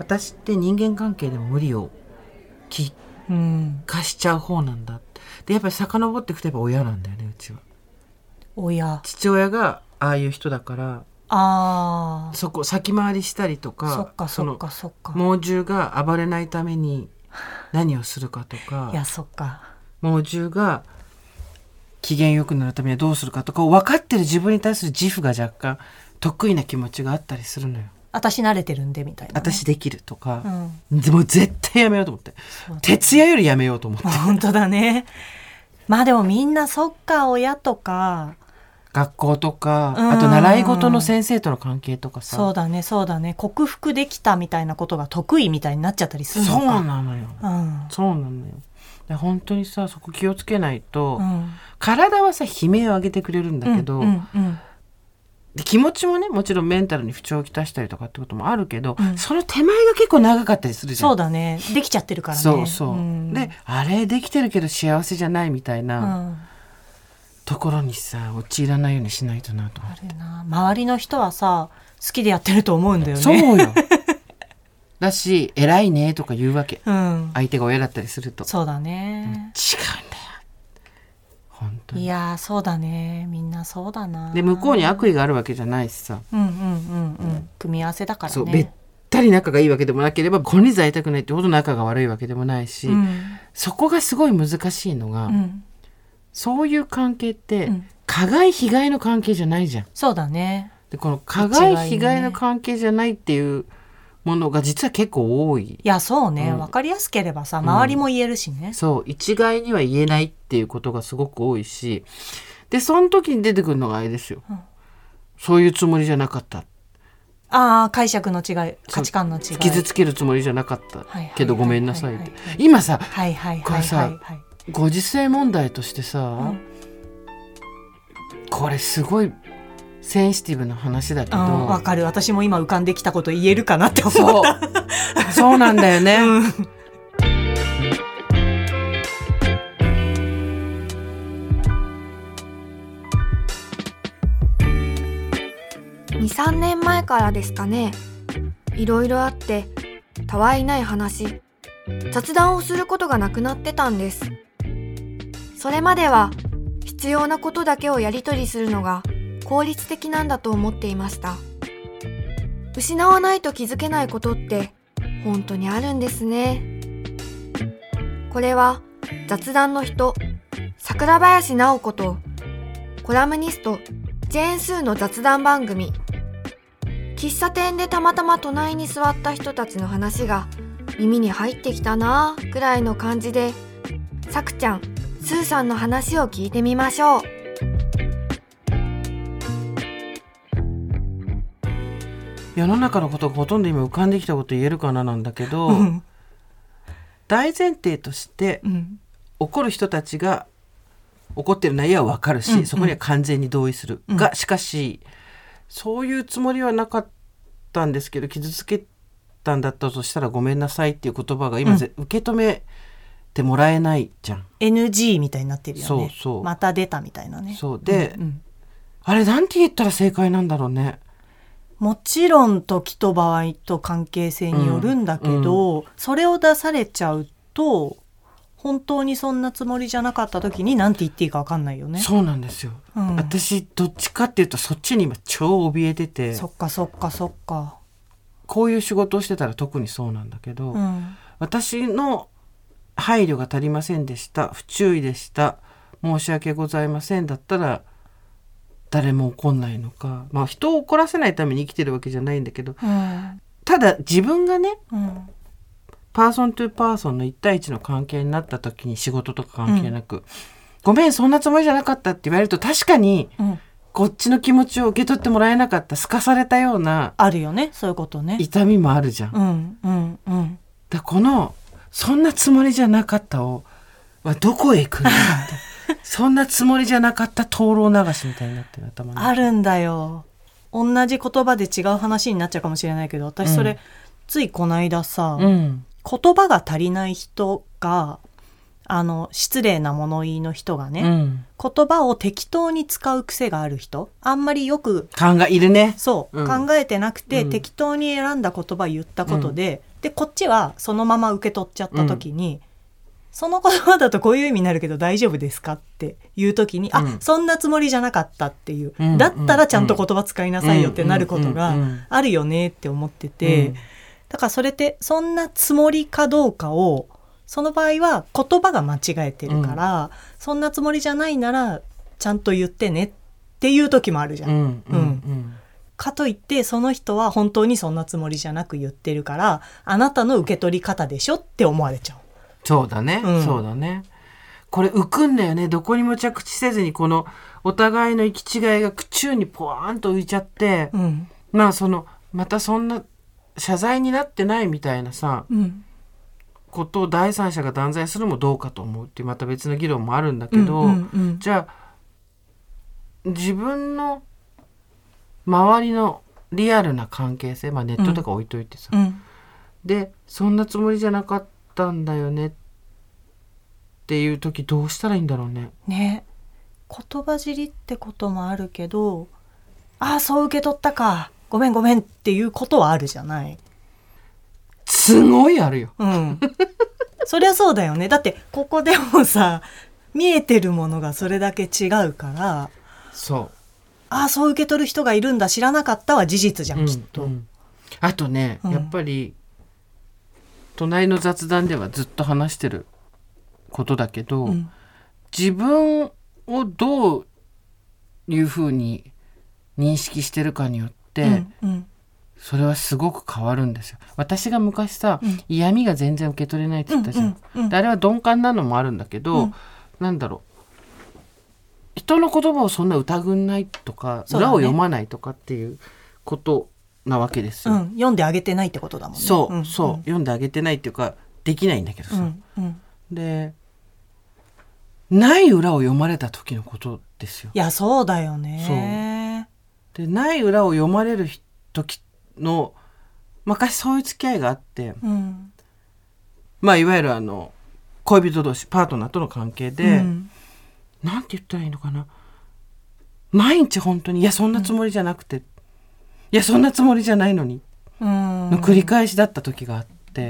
私って人間関係でも無理を貸しちゃう方なんだ。でやっぱり遡っていくとやっぱ親なんだよね、うちは。父親がああいう人だから、そこ先回りしたりとか、その猛獣が暴れないために何をするかとか、猛獣が機嫌よくなるためにはどうするかとかを分かってる自分に対する自負が若干得意な気持ちがあったりするのよ。 私慣れてるんでみたいな、ね、 私できるとか、でも絶対やめようと思って、徹夜よりやめようと思って。 本当だね。まあでもみんなそっか、親とか学校とか、あと習い事の先生との関係とかさ、 そうだね克服できたみたいなことが得意みたいになっちゃったりするのか。 そうなのよ、そうなのよ。本当にさ、そこ気をつけないと、体はさ悲鳴を上げてくれるんだけど、で気持ちもね、もちろんメンタルに不調をきたしたりとかってこともあるけど、その手前が結構長かったりするじゃん。 そうだね、できちゃってるからね。 であれできてるけど幸せじゃないみたいな、ところにさ陥らないようにしないとなと思って。 あるな、周りの人はさ好きでやってると思うんだよね。 そうよだし偉いねとか言うわけ、相手が親だったりすると。 そうだね、 違うんだよ本当に。 いやそうだね、みんなそうだな。 で向こうに悪意があるわけじゃないしさ、 組み合わせだからね。 そうべったり仲がいいわけでもなければ金輪際痛くないってほど仲が悪いわけでもないし、そこがすごい難しいのが、そういう関係って、加害被害の関係じゃないじゃん。 そうだね。 でこの加害被害の関係じゃないっていうものが実は結構多い。 いやそうね、分かりやすければさ周りも言えるしね、 そう一概には言えないっていうことがすごく多いし、でその時に出てくるのがあれですよ、そういうつもりじゃなかった、 解釈の違い、価値観の違い、 傷つけるつもりじゃなかったけどごめんなさいって。今さこれさご時世問題としてさ、これすごいセンシティブな話だけど、 わかる。私も今浮かんできたこと言えるかなって思った。 そうなんだよね、 2、3年前からですかね。いろいろあってたわいない話、雑談をすることがなくなってたんです。それまでは必要なことだけをやり取りするのが効率的なんだと思っていました。失わないと気づけないことって本当にあるんですね。これは雑談の人、桜林直子とコラムニストジェーン・スーの雑談番組。喫茶店でたまたま隣に座った人たちの話が耳に入ってきたなぁくらいの感じで、さくちゃん、スーさんの話を聞いてみましょう。 世の中のことがほとんど今浮かんできたこと言えるかななんだけど、大前提として、怒る人たちが怒ってる内容は分かるし、そこには完全に同意する、がしかしそういうつもりはなかったんですけど傷つけたんだったとしたらごめんなさいっていう言葉が今、受け止めてもらえないじゃん。 NG みたいになってるよね。 そうまた出たみたいなね。 そうで、あれなんて言ったら正解なんだろうね。 もちろん時と場合と関係性によるんだけど、それを出されちゃうと本当にそんなつもりじゃなかった時に何て言っていいか分かんないよね。 そうなんですよ、私どっちかっていうとそっちに今超怯えてて。 そっかこういう仕事をしてたら特にそうなんだけど、私の配慮が足りませんでした、不注意でした、申し訳ございませんだったら誰も怒んないのか、人を怒らせないために生きてるわけじゃないんだけど、ただ自分がね、パーソントゥパーソンの1対1の関係になった時に仕事とか関係なく、ごめんそんなつもりじゃなかったって言われると確かに、こっちの気持ちを受け取ってもらえなかった、すかされたようなあるよね、そういうことね、 痛みもあるじゃん。だこのそんなつもりじゃなかったはどこへ行くんだってそんなつもりじゃなかった灯籠流しみたいになってる頭の中。 あるんだよ。同じ言葉で違う話になっちゃうかもしれないけど、私それ、ついこの間さ、言葉が足りない人が失礼な物言いの人がね、言葉を適当に使う癖がある人、あんまりよくいるね。 そう、考えてなくて、適当に選んだ言葉を言ったことで、 でこっちはそのまま受け取っちゃった時に、その言葉だとこういう意味になるけど大丈夫ですかっていう時に、そんなつもりじゃなかったっていう、だったらちゃんと言葉使いなさいよってなることがあるよねって思ってて、だからそれってそんなつもりかどうかをその場合は言葉が間違えてるから、そんなつもりじゃないならちゃんと言ってねっていう時もあるじゃん。かといってその人は本当にそんなつもりじゃなく言ってるから、あなたの受け取り方でしょって思われちゃう。 そうだね、そうだね。これ浮くんだよね。どこにも着地せずにこのお互いの行き違いが宙にポワーンと浮いちゃって、まあまたそんな謝罪になってないみたいなさ、ことを第三者が断罪するもどうかと思うっていうまた別の議論もあるんだけど、じゃあ自分の周りのリアルな関係性、ネットとか置いといてさ、でそんなつもりじゃなかったんだよねっていう時どうしたらいいんだろうね。 ね、言葉尻ってこともあるけど、そう受け取ったか、ごめんごめんっていうことはあるじゃない。 すごいあるよ。 そりゃそうだよね。だってここでもさ、見えてるものがそれだけ違うから、そう受け取る人がいるんだ、知らなかったは事実じゃん、きっと。 あとね、やっぱり隣の雑談ではずっと話してることだけど、自分をどういうふうに認識してるかによって、それはすごく変わるんですよ。私が昔さ、嫌味が全然受け取れないって言ったじゃん。であれは鈍感なのもあるんだけど、なんだろう、人の言葉をそんな疑んないとか、裏を読まないとかっていうことなわけですよ。 読んであげてないってことだもんね。 読んであげてないっていうかできないんだけどさ、でない裏を読まれた時のことですよ。 いやそうだよね。 でない裏を読まれる時の昔そういう付き合いがあって、いわゆる恋人同士パートナーとの関係で、なんて言ったらいいのかな、毎日本当にいやそんなつもりじゃなくて、いやそんなつもりじゃないのにの繰り返しだった時があって、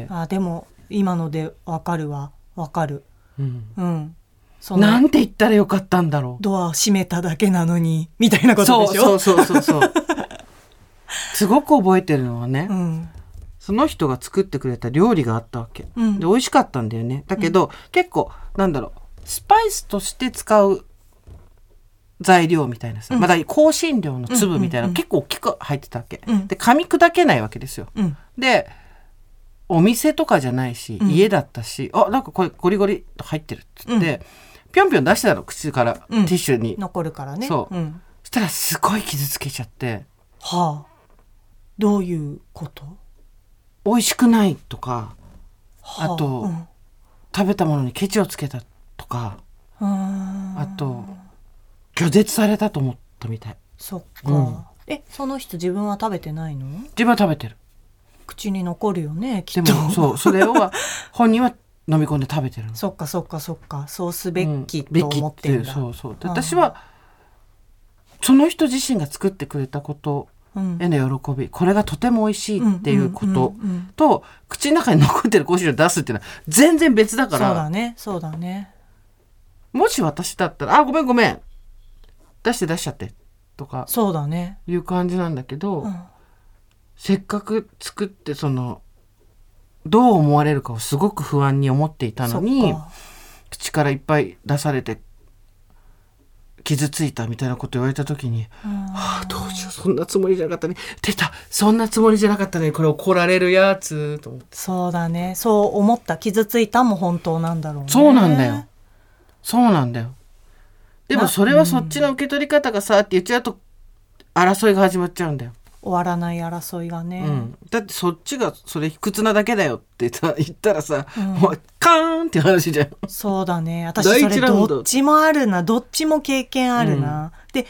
でも今ので分かるわ、分かる。 なんて言ったらよかったんだろう、 ドア閉めただけなのにみたいなことでしょ。 そうすごく覚えてるのはね、その人が作ってくれた料理があったわけ、で美味しかったんだよね。だけど、結構なんだろう、スパイスとして使う材料みたいなさ、だ香辛料の粒みたいなの結構大きく入ってたわけ、で噛み砕けないわけですよ、でお店とかじゃないし、家だったし、なんかこれゴリゴリと入ってるっつって、ぴょんぴょん出してたの、口から、ティッシュに残るからね。 そしたらすごい傷つけちゃって、 どういうこと？ 美味しくないとか、あと、食べたものにケチをつけたとか、あと拒絶されたと思ったみたい。 そっか、その人自分は食べてないの？ 自分は食べてる。 口に残るよね、きっと。 でもそれを本人は飲み込んで食べてるの。 そっかそうすべきと思ってるんだ。 で私はその人自身が作ってくれたことへの喜び、これがとても美味しいっていうことと、口の中に残ってる香辛料を出すっていうのは全然別だから。 そうだね。 もし私だったらごめん出しちゃってとか、 そうだね、 いう感じなんだけど、せっかく作ってどう思われるかをすごく不安に思っていたのに、口からいっぱい出されて傷ついたみたいなこと言われた時に、どうしよう、そんなつもりじゃなかったね、そんなつもりじゃなかったね、これ怒られるやつと思って。 そうだね、そう思った。傷ついたも本当なんだろうね。 そうなんだよ。でもそれはそっちの受け取り方がさって言っちゃうと争いが始まっちゃうんだよ。 終わらない争いがね、 だってそっちがそれ卑屈なだけだよって言ったらさ、もうカーンって話じゃん。 そうだね、私それどっちもあるな、どっちも経験あるな、で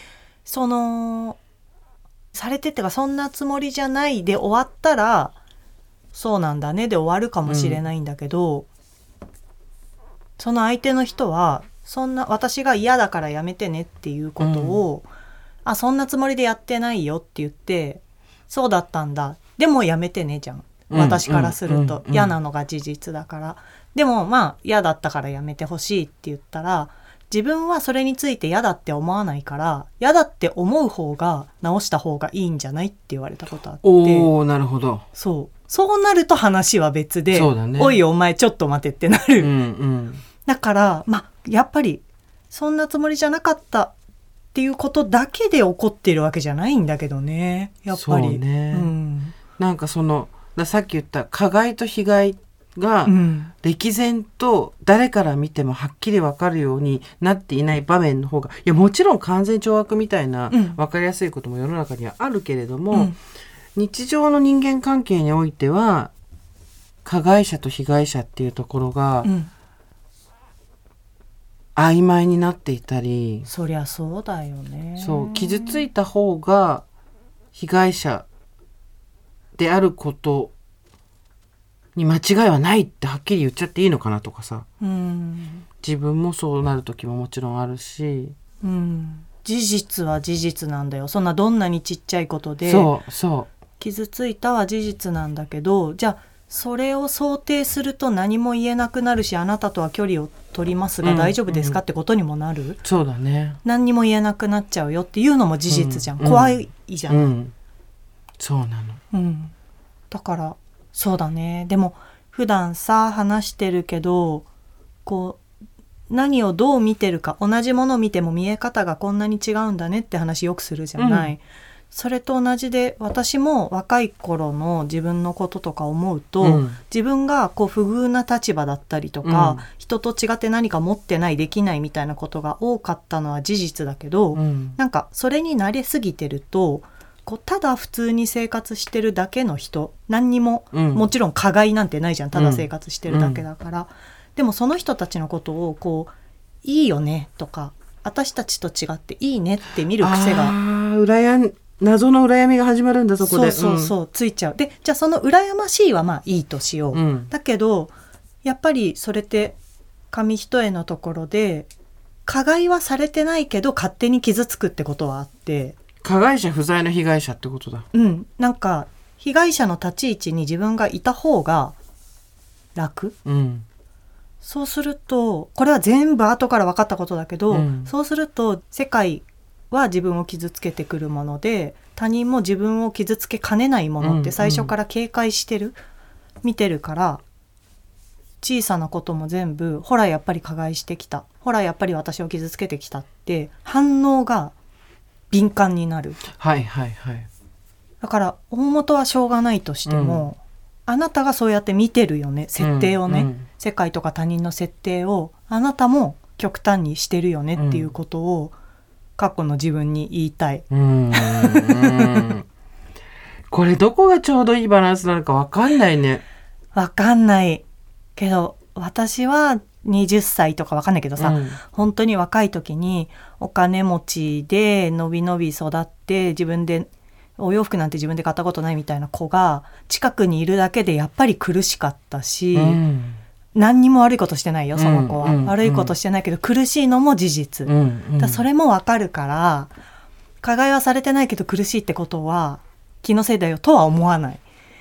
されてってかそんなつもりじゃないで終わったらそうなんだねで終わるかもしれないんだけど、その相手の人はそんな私が嫌だからやめてねっていうことを、そんなつもりでやってないよって言って、そうだったんだでもやめてねじゃん。 私からすると嫌なのが事実だから。でもまあ嫌だったからやめてほしいって言ったら、自分はそれについて嫌だって思わないから、嫌だって思う方が直した方がいいんじゃないって言われたことあって。 おー、なるほど。 そうなると話は別で、 そうだね、 おいお前ちょっと待てってなる、だからまあやっぱりそんなつもりじゃなかったっていうことだけで怒ってるわけじゃないんだけどね、やっぱり。そうね、 なんかさっき言った加害と被害が歴然と誰から見てもはっきり分かるようになっていない場面の方が、いやもちろん完全懲悪みたいな分かりやすいことも世の中にはあるけれども、日常の人間関係においては加害者と被害者っていうところが曖昧になっていたり、 そりゃそうだよね。 傷ついた方が被害者であることに間違いはないってはっきり言っちゃっていいのかなとかさ、自分もそうなる時ももちろんあるし、 事実は事実なんだよ。そんなどんなにちっちゃいことで傷ついたは事実なんだけど、じゃあそれを想定すると何も言えなくなるし、あなたとは距離を取りますが大丈夫ですかってことにもなる。 そうだね。 何にも言えなくなっちゃうよっていうのも事実じゃん、怖いじゃん、 そうなの、 だからそうだね。でも普段さ話してるけど、こう何をどう見てるか、同じものを見ても見え方がこんなに違うんだねって話よくするじゃない、それと同じで、私も若い頃の自分のこととか思うと、自分がこう不遇な立場だったりとか、人と違って何か持ってないできないみたいなことが多かったのは事実だけど、なんかそれに慣れすぎてると、こうただ普通に生活してるだけの人、何にも、もちろん加害なんてないじゃん、ただ生活してるだけだから、でもその人たちのことをこういいよねとか、私たちと違っていいねって見る癖が、 謎の羨みが始まるんだ、そこで。 ついちゃう。で、じゃあその羨ましいはまあいいとしよう、だけどやっぱりそれって紙一重のところで、加害はされてないけど勝手に傷つくってことはあって、 加害者不在の被害者ってことだ。 なんか被害者の立ち位置に自分がいた方が楽、そうすると、これは全部後から分かったことだけど、そうすると世界は自分を傷つけてくるもので、他人も自分を傷つけかねないものって最初から警戒してる、見てるから、小さなことも全部、ほらやっぱり加害してきた、ほらやっぱり私を傷つけてきたって反応が敏感になる。だから大元はしょうがないとしても、あなたがそうやって見てるよね、設定をね、世界とか他人の設定をあなたも極端にしてるよねっていうことを過去の自分に言いたい。 これどこがちょうどいいバランスなのか分かんないね。 分かんないけど、私は20歳とか分かんないけどさ、本当に若い時にお金持ちでのびのび育って、自分でお洋服なんて自分で買ったことないみたいな子が近くにいるだけでやっぱり苦しかったし、何にも悪いことしてないよその子は、悪いことしてないけど苦しいのも事実、だそれも分かるから、加害はされてないけど苦しいってことは気のせいだよとは思わない。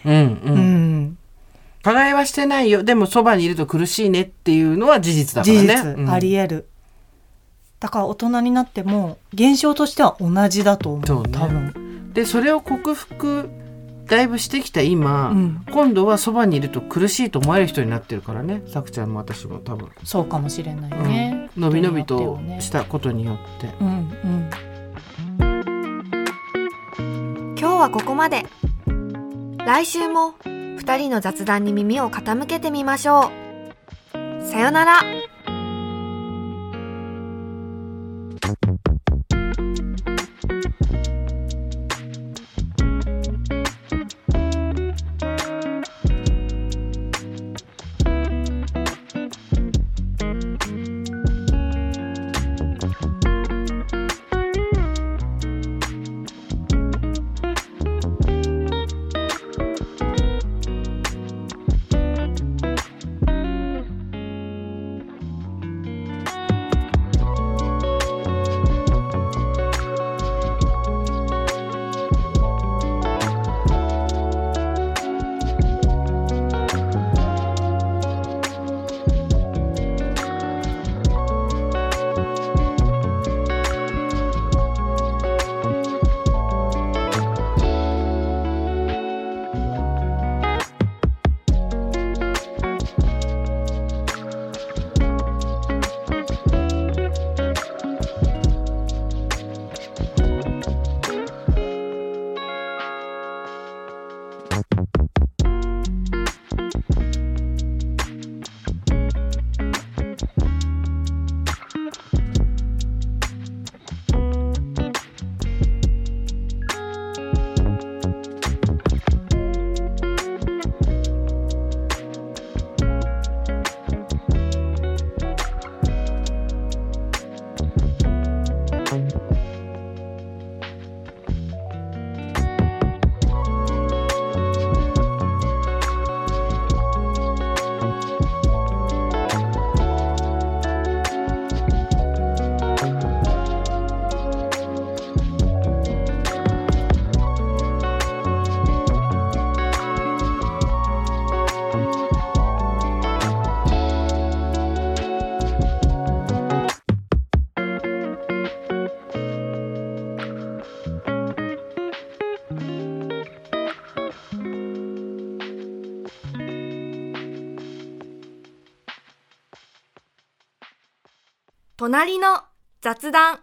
加害はしてないよ、でもそばにいると苦しいねっていうのは事実だからね。 事実、ありえる。だから大人になっても現象としては同じだと思う、多分。 でそれを克服だいぶしてきた今、今度はそばにいると苦しいと思える人になってるからね、さくちゃんも私も多分そうかもしれないね、 のびのびとしたことによって、 今日はここまで。来週も2人の雑談に耳を傾けてみましょう。さよなら。 隣の雑談。